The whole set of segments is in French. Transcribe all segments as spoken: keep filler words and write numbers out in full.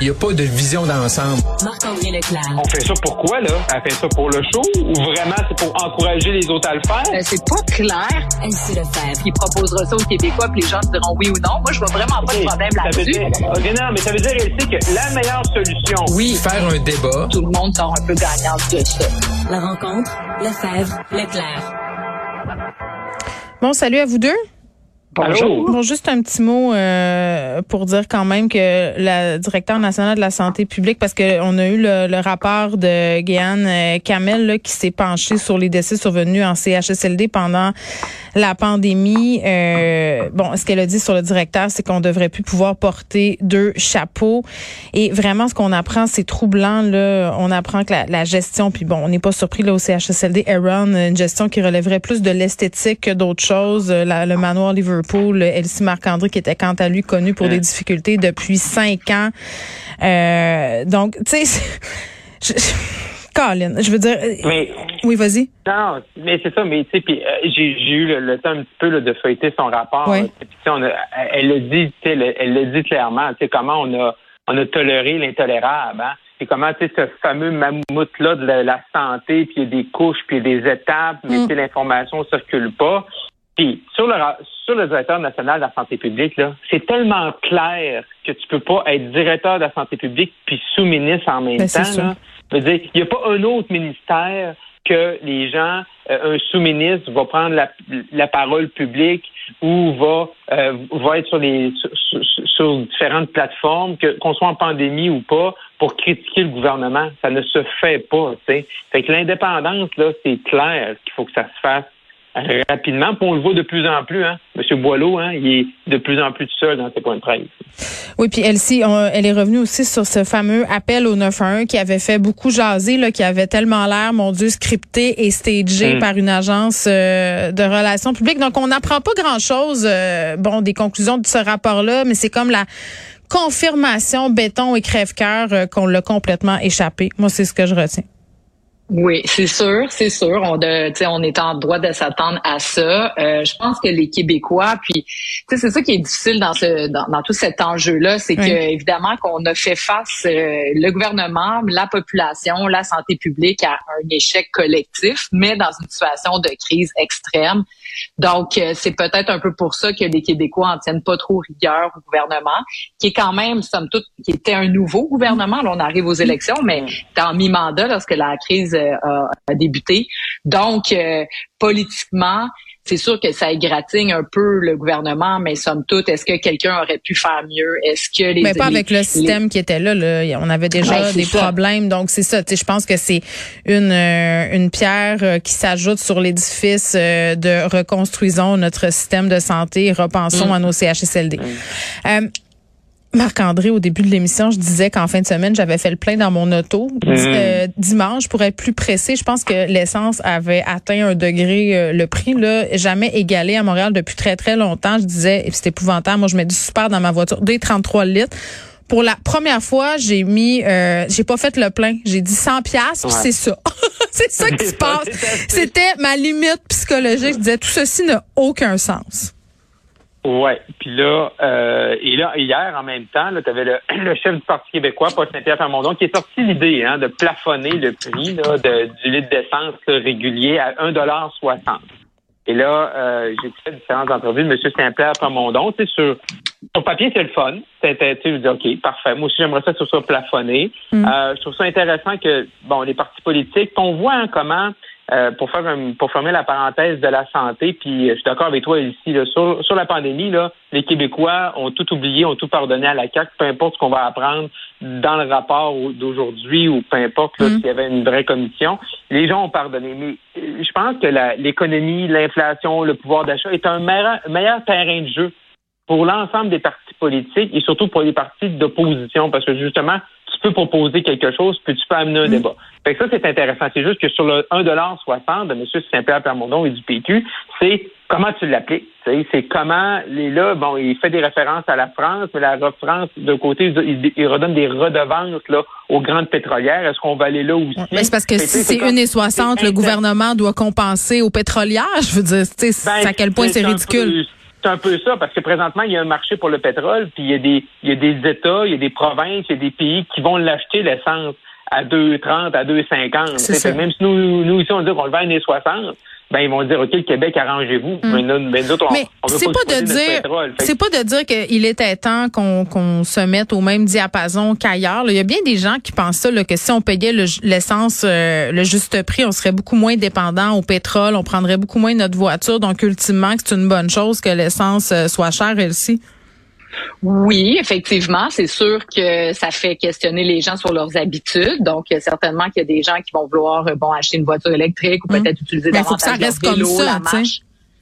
Il n'y a pas de vision d'ensemble. Marc-André Leclerc. On fait ça pourquoi, là? Elle fait ça pour le show ou vraiment c'est pour encourager les autres à le faire? Euh, c'est pas clair. Elsie Lefebvre. Il proposera ça aux Québécois puis les gens diront oui ou non. Moi, je vois vraiment pas de problème ça là-dessus. veut dire, okay, non, mais ça veut dire, Elsie, que la meilleure solution... Oui, faire un débat. Tout le monde sort un peu gagnant de ça. La rencontre, Lefebvre, Leclerc. Bon, salut à vous deux. Bonjour. Bon, juste un petit mot euh, pour dire quand même que la directeure nationale de la santé publique, parce que on a eu le, le rapport de Guéane euh, Kamel là, qui s'est penché sur les décès survenus en C H S L D pendant la pandémie. Euh, bon, ce qu'elle a dit sur le directeur, c'est qu'on devrait plus pouvoir porter deux chapeaux. Et vraiment, ce qu'on apprend, c'est troublant. Là, on apprend que la, la gestion, puis bon, on n'est pas surpris là au C H S L D, Aaron, une gestion qui relèverait plus de l'esthétique que d'autres choses. La, le manoir Liverpool. Elsie Marc-André, qui était quant à lui connu pour des difficultés depuis cinq ans. Euh, donc, tu sais, je, je, Colin, je veux dire... Mais, oui, vas-y. Non, mais c'est ça, mais tu sais, puis euh, j'ai, j'ai eu le, le temps un petit peu là, de feuilleter son rapport. Ouais. Là, puis, on a, elle le dit, tu sais, elle, elle le dit clairement, tu sais, comment on a, on a toléré l'intolérable, hein? Et comment, tu sais, ce fameux mammouth-là de la, la santé, puis il y a des couches, puis il y a des étapes, mais mm. tu sais, l'information circule pas. Puis, sur le, sur le directeur national de la santé publique, là, c'est tellement clair que tu peux pas être directeur de la santé publique puis sous-ministre en même ben, temps. Là. Je veux dire, il n'y a pas un autre ministère que les gens, euh, un sous-ministre va prendre la, la parole publique ou va, euh, va être sur les sur, sur, sur différentes plateformes, que, qu'on soit en pandémie ou pas, pour critiquer le gouvernement. Ça ne se fait pas, tu sais. Fait que l'indépendance, là, c'est clair qu'il faut que ça se fasse rapidement, puis on le voit de plus en plus, hein. Monsieur Boileau, hein, il est de plus en plus tout seul dans ses points de presse. Oui, puis Elsie, on, elle est revenue aussi sur ce fameux appel au neuf un un qui avait fait beaucoup jaser, là, qui avait tellement l'air, mon Dieu, scripté et stagé mmh. par une agence euh, de relations publiques. Donc, on n'apprend pas grand-chose, euh, bon, des conclusions de ce rapport-là, mais c'est comme la confirmation béton et crève-cœur euh, qu'on l'a complètement échappé. Moi, c'est ce que je retiens. Oui, c'est sûr, c'est sûr. On, de, on est en droit de s'attendre à ça. Euh, je pense que les Québécois, puis c'est ça qui est difficile dans ce dans, dans tout cet enjeu-là, c'est oui. que évidemment qu'on a fait face, euh, le gouvernement, la population, la santé publique à un échec collectif, mais dans une situation de crise extrême. Donc, euh, c'est peut-être un peu pour ça que les Québécois en tiennent pas trop rigueur au gouvernement, qui est quand même, somme toute, qui était un nouveau gouvernement. Là, on arrive aux élections, mais c'était en mi-mandat lorsque la crise euh, a, a débuté. Donc, euh, politiquement, c'est sûr que ça égratigne un peu le gouvernement, mais somme toute, est-ce que quelqu'un aurait pu faire mieux? Est-ce que les... Mais pas les, avec le système les... qui était là, là. On avait déjà ouais, des ça. problèmes. Donc, c'est ça. Tu sais, je pense que c'est une, euh, une pierre euh, qui s'ajoute sur l'édifice euh, de reconstruisons notre système de santé, repensons mmh. à nos C H S L D. Mmh. Euh, Marc-André, au début de l'émission, je disais qu'en fin de semaine, j'avais fait le plein dans mon auto. Mmh. Euh, dimanche, pour être plus pressé, je pense que l'essence avait atteint un degré, euh, le prix, là, jamais égalé à Montréal depuis très, très longtemps. Je disais, c'est épouvantable, moi, je mets du super dans ma voiture, des trente-trois litres. Pour la première fois, j'ai mis, euh, j'ai pas fait le plein. J'ai dit cent piastres, puis ouais. c'est ça. c'est ça qui se passe. C'était ma limite psychologique. Je disais, tout ceci n'a aucun sens. Ouais, puis là, euh, et là, hier, en même temps, tu avais le, le chef du Parti québécois, Paul Saint-Pierre Plamondon, qui est sorti l'idée hein, de plafonner le prix là, de, du litre d'essence là, régulier à un dollar soixante. Et là, euh, j'ai fait différentes entrevues de M. Saint-Pierre Plamondon. Tu sais, sur, sur papier, c'est le fun. Tu sais, je dis, OK, parfait. Moi aussi, j'aimerais ça que ce soit plafonné. Mm. Euh, je trouve ça intéressant que, bon, les partis politiques, qu'on voit hein, comment... Euh, pour faire un, pour fermer la parenthèse de la santé, puis je suis d'accord avec toi ici, là, sur, sur la pandémie, là, les Québécois ont tout oublié, ont tout pardonné à la C A Q, peu importe ce qu'on va apprendre dans le rapport d'aujourd'hui ou peu importe là, mm. s'il y avait une vraie commission, les gens ont pardonné. Mais je pense que la, l'économie, l'inflation, le pouvoir d'achat est un meilleur, meilleur terrain de jeu pour l'ensemble des partis politiques et surtout pour les partis d'opposition, parce que justement, tu peux proposer quelque chose, puis tu peux amener un mmh. débat. Fait que ça, c'est intéressant. C'est juste que sur le un dollar soixante de M. Saint-Pierre Plamondon et du P Q, c'est comment tu l'appliques. T'sais, c'est comment, les là, bon, il fait des références à la France, mais la France, de côté, il, il redonne des redevances là aux grandes pétrolières. Est-ce qu'on va aller là aussi? Mais c'est parce que si c'est une et soixante, le gouvernement doit compenser aux pétrolières. Je veux dire, tu sais, ben, à quel point c'est, c'est ridicule. c'est un peu ça, parce que présentement, il y a un marché pour le pétrole, puis il y a des, il y a des États, il y a des provinces, il y a des pays qui vont l'acheter, l'essence, à deux trente, à deux cinquante. Même si nous, nous, ici, on dit qu'on le vend à un soixante, ben, ils vont dire, OK, le Québec, arrangez-vous. Mm. Mais nous, ben, nous autres, on, mais on veut c'est pas, pas de dire, c'est pas de dire qu'il était temps qu'on, qu'on se mette au même diapason qu'ailleurs. Il y a bien des gens qui pensent ça, là, que si on payait le, l'essence, euh, le juste prix, on serait beaucoup moins dépendant au pétrole, on prendrait beaucoup moins notre voiture. Donc, ultimement, c'est une bonne chose que l'essence euh, soit chère, elle-ci. Oui, effectivement, c'est sûr que ça fait questionner les gens sur leurs habitudes. Donc, certainement qu'il y a des gens qui vont vouloir bon acheter une voiture électrique ou peut-être mmh. utiliser Mais davantage faut que ça reste leur vélo, comme ça, la marche.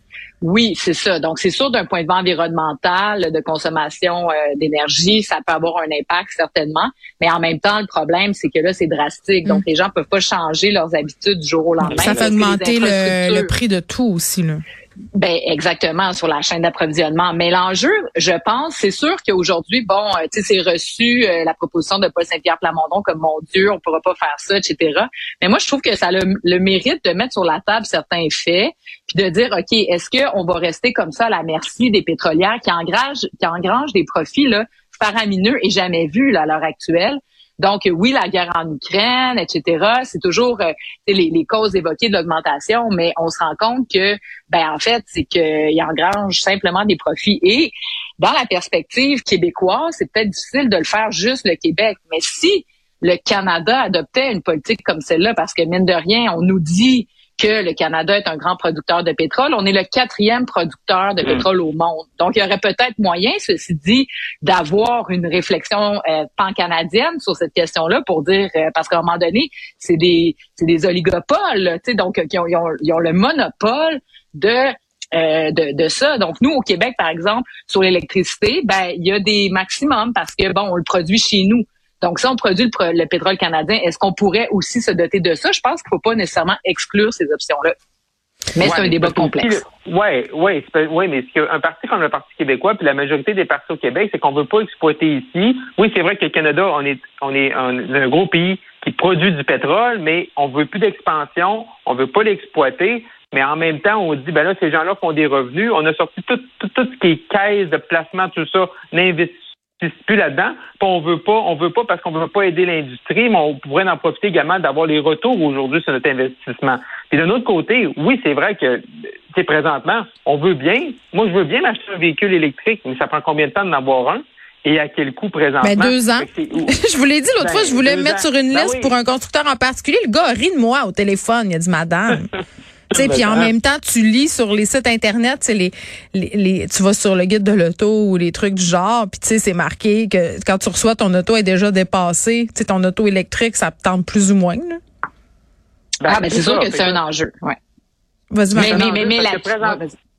Oui, c'est ça. Donc, c'est sûr d'un point de vue environnemental, de consommation euh, d'énergie, ça peut avoir un impact certainement. Mais en même temps, le problème, c'est que là, c'est drastique. Donc, mmh. les gens peuvent pas changer leurs habitudes du jour au lendemain. Ça fait augmenter le, le prix de tout aussi, là. Ben exactement, sur la chaîne d'approvisionnement. Mais l'enjeu, je pense, c'est sûr qu'aujourd'hui, bon, tu sais, c'est reçu euh, la proposition de Paul Saint-Pierre Plamondon comme mon Dieu, on pourra pas faire ça, et cetera. Mais moi, je trouve que ça a le, le mérite de mettre sur la table certains faits, puis de dire, ok, est-ce que on va rester comme ça à la merci des pétrolières qui engrangent, qui engrangent des profits là faramineux et jamais vus là, à l'heure actuelle. Donc, oui, la guerre en Ukraine, et cetera, c'est toujours euh, les, les causes évoquées de l'augmentation, mais on se rend compte que, ben en fait, c'est qu'ils engrangent simplement des profits. Et dans la perspective québécoise, c'est peut-être difficile de le faire juste le Québec. Mais si le Canada adoptait une politique comme celle-là, parce que mine de rien, on nous dit que le Canada est un grand producteur de pétrole. On est le quatrième producteur de pétrole au monde. Donc, il y aurait peut-être moyen, ceci dit, d'avoir une réflexion euh, pan-canadienne sur cette question-là pour dire, euh, parce qu'à un moment donné, c'est des c'est des oligopoles, tu sais, donc qui ont, ils ont, ils ont le monopole de Euh, de, de ça. Donc, nous, au Québec, par exemple, sur l'électricité, ben il y a des maximums parce que, bon, on le produit chez nous. Donc, si on produit le, le pétrole canadien, est-ce qu'on pourrait aussi se doter de ça? Je pense qu'il ne faut pas nécessairement exclure ces options-là. Mais ouais, c'est un débat complexe. Oui, oui, ouais, mais un parti comme le Parti québécois, puis la majorité des partis au Québec, c'est qu'on ne veut pas exploiter ici. Oui, c'est vrai que le Canada, on est, on est un, un gros pays qui produit du pétrole, mais on ne veut plus d'expansion, on ne veut pas l'exploiter. Mais en même temps, on dit, ben là, ces gens-là font des revenus. On a sorti tout, tout, tout ce qui est caisse de placement, tout ça, n'investissent plus là-dedans. Puis on veut pas, on veut pas parce qu'on veut pas aider l'industrie, mais on pourrait en profiter également d'avoir les retours aujourd'hui sur notre investissement. Puis d'un autre côté, oui, c'est vrai que, c'est présentement, on veut bien. Moi, je veux bien m'acheter un véhicule électrique, mais ça prend combien de temps d'en avoir un? Et à quel coût présentement? Ben, deux ans. Je vous l'ai dit l'autre ben, fois, je voulais me mettre ans. sur une liste ben oui. pour un constructeur en particulier. Le gars a ri de moi au téléphone. Il a dit, madame. Tu sais, puis en même temps, tu lis sur les sites internet, tu les, les, les, tu vas sur le guide de l'auto ou les trucs du genre, puis tu sais, c'est marqué que quand tu reçois ton auto est déjà dépassée, tu sais, ton auto électrique, ça te tente plus ou moins. Là. Ben, ah, ben c'est, c'est sûr ça, que c'est, c'est un enjeu. Ouais. Vas-y, mais, mais, mais, mais la présent...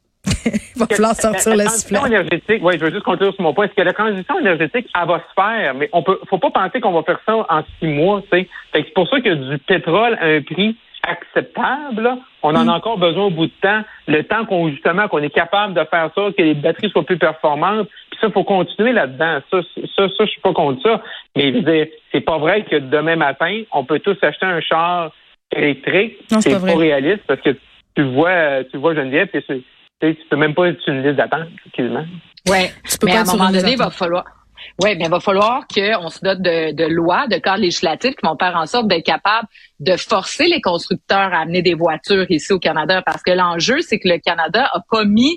Il va falloir sortir le sifflet. La transition énergétique, oui, je veux juste conclure sur mon point, c'est que la transition énergétique, elle va se faire, mais on peut, faut pas penser qu'on va faire ça en six mois, tu sais. Fait que c'est pour ça que du pétrole à un prix acceptable, là. On en a encore besoin au bout de temps, le temps qu'on justement qu'on est capable de faire ça, que les batteries soient plus performantes. Puis ça, il faut continuer là-dedans. Ça, ça, ça, je suis pas contre ça. Mais je veux dire, c'est pas vrai que demain matin, on peut tous acheter un char électrique. Non, c'est, c'est pas, pas vrai. réaliste parce que tu vois, tu vois Geneviève, tu sais, tu peux même pas être sur une liste d'attente, quasiment. Oui, mais à un moment donné, il va falloir. Oui, bien, il va falloir qu'on se dote de, de lois, de cadres législatifs qui vont faire en sorte d'être capables de forcer les constructeurs à amener des voitures ici au Canada. Parce que l'enjeu, c'est que le Canada a pas mis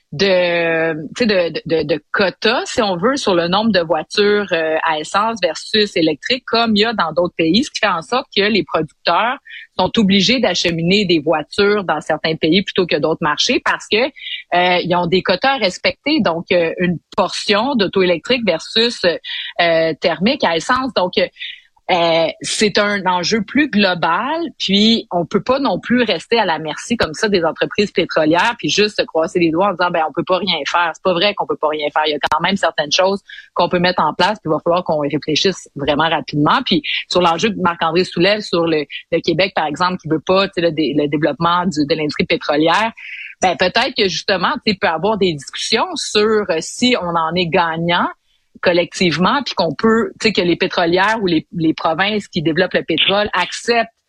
de, tu sais, de, de, de quotas, si on veut, sur le nombre de voitures euh, à essence versus électrique, comme il y a dans d'autres pays, ce qui fait en sorte que les producteurs sont obligés d'acheminer des voitures dans certains pays plutôt que d'autres marchés parce que euh, ils ont des quotas à respecter, donc euh, une portion d'auto électrique versus euh, thermique à essence. Donc Euh, c'est un enjeu plus global, puis on peut pas non plus rester à la merci comme ça des entreprises pétrolières, puis juste se croiser les doigts en disant ben on peut pas rien faire. C'est pas vrai qu'on peut pas rien faire. Il y a quand même certaines choses qu'on peut mettre en place, puis il va falloir qu'on y réfléchisse vraiment rapidement. Puis sur l'enjeu que Marc-André soulève sur le, le Québec, par exemple, qui veut pas le, le développement du, de l'industrie pétrolière, ben peut-être que justement, tu sais, peut avoir des discussions sur euh, si on en est gagnant collectivement, puis qu'on peut, tu sais, que les pétrolières ou les, les provinces qui développent le pétrole acceptent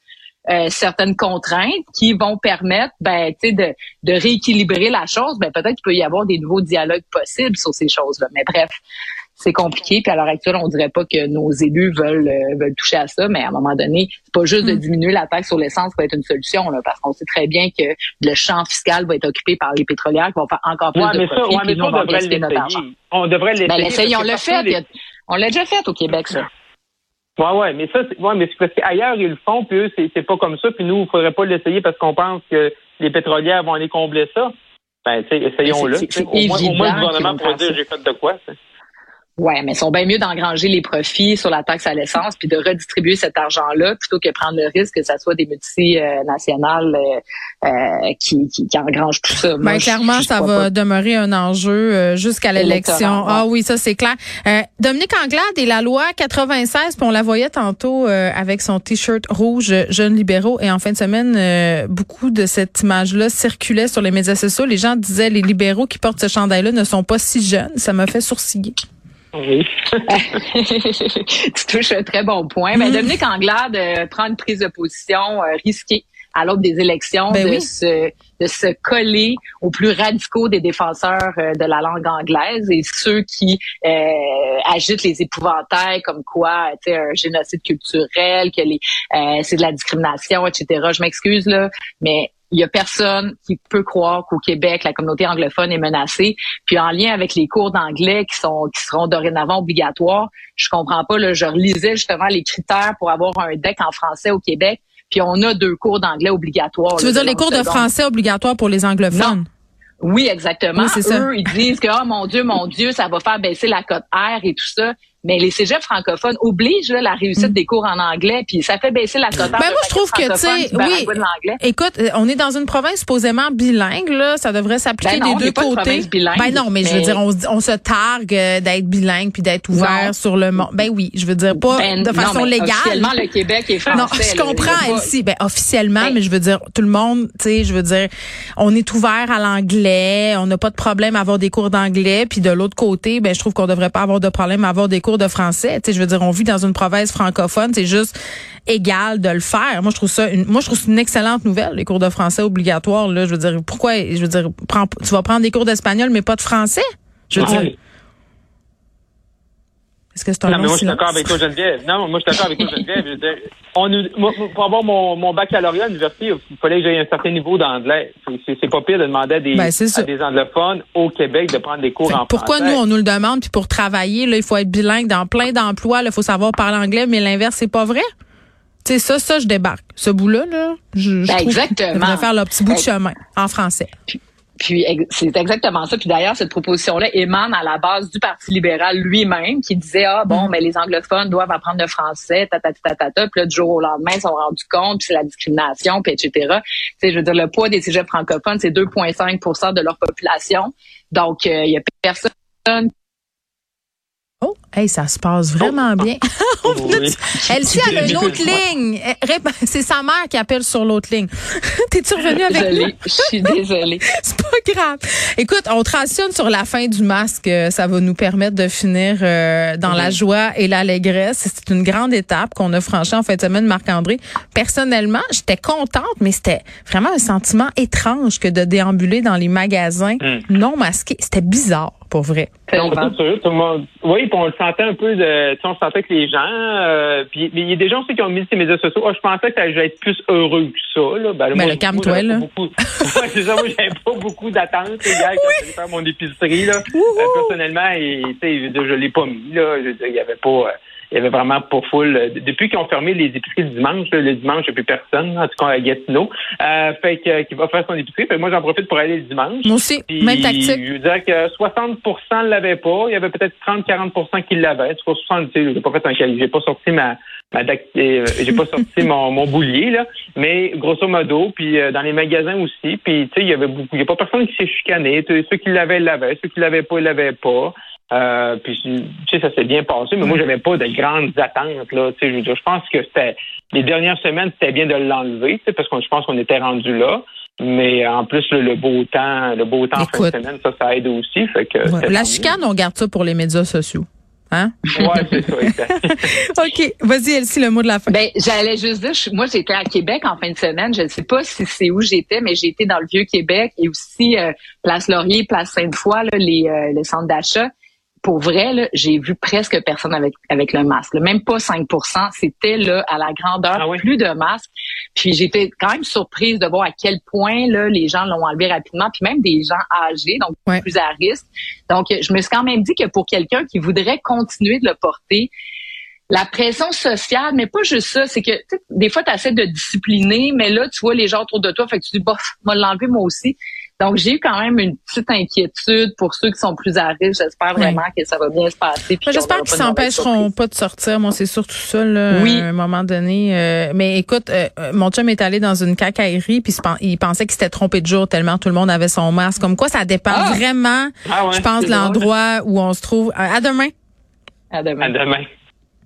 euh, certaines contraintes qui vont permettre, ben, tu sais, de, de rééquilibrer la chose. Ben, peut-être qu'il peut y avoir des nouveaux dialogues possibles sur ces choses-là. Mais bref, c'est compliqué. Puis à l'heure actuelle, on dirait pas que nos élus veulent euh, veulent toucher à ça, mais à un moment donné, c'est pas juste de diminuer la taxe sur l'essence qui va être une solution, là, parce qu'on sait très bien que le champ fiscal va être occupé par les pétrolières qui vont faire encore plus ouais, de mais profit. Ça, ouais, mais nous, ça, on va devrait gaspiller notre argent. On devrait l'essayer. Ben, l'essayer, on l'a fait. Les... On l'a déjà fait au Québec, ça. Ouais, ouais, mais ça, c'est, ouais, mais c'est parce qu'ailleurs, ils le font, puis eux, c'est, c'est pas comme ça, puis nous, il faudrait pas l'essayer parce qu'on pense que les pétrolières vont aller combler ça. Ben, tu sais, essayons-le. C'est, c'est, c'est au, moins, au moins, le gouvernement pourrait dire, j'ai fait de quoi, ça. Ouais, mais ils sont bien mieux d'engranger les profits sur la taxe à l'essence puis de redistribuer cet argent-là plutôt que prendre le risque que ça soit des multinationales euh, euh, qui, qui, qui engrangent tout ça. Moi, ben, clairement, je, je ça va pas. demeurer un enjeu euh, jusqu'à l'élection. Ouais. Ah oui, ça, c'est clair. Euh, Dominique Anglade et la loi quatre-vingt-seize, puis on la voyait tantôt euh, avec son T-shirt rouge « Jeunes libéraux ». Et en fin de semaine, euh, beaucoup de cette image-là circulait sur les médias sociaux. Les gens disaient les libéraux qui portent ce chandail-là ne sont pas si jeunes. Ça m'a fait sourciller. Oui. Tu touches un très bon point. Ben, Dominique Anglade euh, prend une prise de position euh, risquée à l'aube des élections ben de oui. se de se coller aux plus radicaux des défenseurs euh, de la langue anglaise et ceux qui euh, agitent les épouvantails comme quoi, tu sais, un génocide culturel, que les euh, c'est de la discrimination, et cetera. Je m'excuse là, mais il y a personne qui peut croire qu'au Québec, la communauté anglophone est menacée. Puis en lien avec les cours d'anglais qui sont qui seront dorénavant obligatoires, je comprends pas. Là, je relisais justement les critères pour avoir un D E C en français au Québec. Puis on a deux cours d'anglais obligatoires. Tu veux là, dire les cours de français obligatoires pour les anglophones? Non. Oui, exactement. Oui, c'est ça. Eux, ils disent que, oh mon Dieu, mon Dieu, ça va faire baisser la cote R et tout ça. Mais les cégeps francophones obligent là, la réussite mm. des cours en anglais, puis ça fait baisser la cote R. Ben moi, je trouve que, tu sais, oui, écoute, on est dans une province supposément bilingue, là, ça devrait s'appliquer ben non, des deux côtés. Ben non, mais, mais je veux dire, on, on se targue d'être bilingue puis d'être ouvert non. sur le monde. Ben oui, je veux dire, pas ben, de façon non, légale. Officiellement, le Québec est français. Non, je comprends, là, Elsie. Ben officiellement, ben, mais je veux dire, tout le monde, tu sais, je veux dire, on est ouvert à l'anglais, on n'a pas de problème à avoir des cours d'anglais, puis de l'autre côté, ben je trouve qu'on devrait pas avoir de problème à avoir des cours de français. Tu sais, je veux dire, on vit dans une province francophone, c'est juste égal de le faire. Moi, je trouve ça une, moi, je trouve c'est une excellente nouvelle, les cours de français obligatoires, là. Je veux dire, pourquoi, je veux dire, prends, tu vas prendre des cours d'espagnol, mais pas de français? Je veux ouais. dire. Est-ce que c'est un non, mais moi, silence? je suis d'accord avec toi, Geneviève. Non, moi, je suis d'accord avec toi, Geneviève. Je veux dire, on nous, moi, pour avoir mon, mon baccalauréat à l'université, il fallait que j'aie un certain niveau d'anglais. C'est, c'est, c'est pas pire de demander à des, ben, à des anglophones au Québec de prendre des cours fait, en pourquoi français. Pourquoi nous, on nous le demande, puis pour travailler, là, il faut être bilingue dans plein d'emplois, il faut savoir parler anglais, mais l'inverse, c'est pas vrai? Tu sais, ça, ça, je débarque. Ce bout-là, là, je, je ben, trouve exactement. qu'ils devraient faire leur petit bout ben, de chemin en français. Puis, Puis c'est exactement ça. Puis d'ailleurs, cette proposition-là émane à la base du Parti libéral lui-même, qui disait ah bon, mais les anglophones doivent apprendre le français, ta ta ta ta ta. Puis là, du jour au lendemain, ils se sont rendus compte, puis c'est la discrimination, puis et cetera. Tu sais, je veux dire, le poids des cégeps francophones, c'est deux virgule cinq pour cent de leur population. Donc, il euh, y a personne. Oh, hey, ça se passe vraiment oh. bien. Oh, oui. Elsie, elle a une autre ligne. C'est sa mère qui appelle sur l'autre ligne. T'es-tu revenue avec désolée, nous? Je suis désolée. C'est pas grave. Écoute, on transitionne sur la fin du masque. Ça va nous permettre de finir euh, dans oui. la joie et l'allégresse. C'est une grande étape qu'on a franchie en fin de semaine, Marc-André. Personnellement, j'étais contente, mais c'était vraiment un sentiment étrange que de déambuler dans les magasins mm. non masqués. C'était bizarre. Pour vrai. Non, c'est sûr, tout le monde. Oui, puis on le sentait un peu de. Tu sais, on sentait que les gens. Euh, puis il y a des gens aussi qui ont mis ces médias sociaux. Oh, je pensais que ça allait être plus heureux que ça. Là. Ben, ben moi, le calme-toi, là. Beaucoup... ouais, c'est ça, moi, j'avais pas beaucoup d'attentes hier oui. quand j'allais faire mon épicerie. Là. Euh, personnellement, et, je l'ai pas mis. Là. Je veux dire, il y avait pas. Euh, Il y avait vraiment pas full. Depuis qu'ils ont fermé les épiceries le dimanche, là, le dimanche, il n'y a plus personne, en tout cas à Gatineau. Euh, fait que, qui va faire son épicerie. Fait que moi, j'en profite pour aller le dimanche. Moi aussi, puis, même tactique. Je veux dire que soixante pour cent ne l'avaient pas. Il y avait peut-être trente à quarante pour cent qui l'avaient. En tout cas, soixante, j'ai pas fait un calcul. J'ai pas sorti ma, ma euh, j'ai pas sorti mon, mon boulier, là. Mais, grosso modo, puis euh, dans les magasins aussi. Puis, tu sais, il y avait beaucoup, il y a pas personne qui s'est chicané. Ceux qui l'avaient, l'avaient. Ceux qui l'avaient pas, ils l'avaient pas. Euh, puis tu sais, ça s'est bien passé, mais moi j'avais pas de grandes attentes là. Tu sais, je veux dire, je pense que c'était les dernières semaines, c'était bien de l'enlever, tu sais, parce que je pense qu'on était rendu là. Mais en plus le, le beau temps, le beau temps en fin de semaine, ça, ça aide aussi. Fait que ouais. La chicane, on garde ça pour les médias sociaux. Hein? Ouais, c'est ça, exact. OK. Vas-y, Elsie, le mot de la fin. Ben, j'allais juste dire, je- moi, j'étais à Québec en fin de semaine. Je ne sais pas si c'est où j'étais, mais j'ai été dans le Vieux-Québec et aussi euh, Place Laurier, Place Sainte-Foy, là, les, euh, les centres d'achat. Pour vrai, là, j'ai vu presque personne avec avec le masque. Là. Même pas cinq pour cent. C'était là à la grandeur, ah oui? plus de masques. Puis j'étais quand même surprise de voir à quel point là les gens l'ont enlevé rapidement. Puis même des gens âgés, donc ouais. plus à risque. Donc je me suis quand même dit que pour quelqu'un qui voudrait continuer de le porter, la pression sociale, mais pas juste ça, c'est que des fois tu essaies de discipliner, mais là tu vois les gens autour de toi, fait que tu dis bof, moi l'enlever moi aussi. Donc, j'ai eu quand même une petite inquiétude pour ceux qui sont plus à risque. J'espère vraiment oui. que ça va bien se passer. Puis j'espère qu'ils s'empêcheront pas de sortir. Moi, c'est surtout ça, là, oui. à un moment donné. Euh, mais écoute, euh, mon chum est allé dans une quincaillerie, puis il pensait qu'il s'était trompé de jour tellement tout le monde avait son masque. Comme quoi, ça dépend ah. vraiment, ah ouais, je pense, de l'endroit où on se trouve. À demain. À demain. À demain.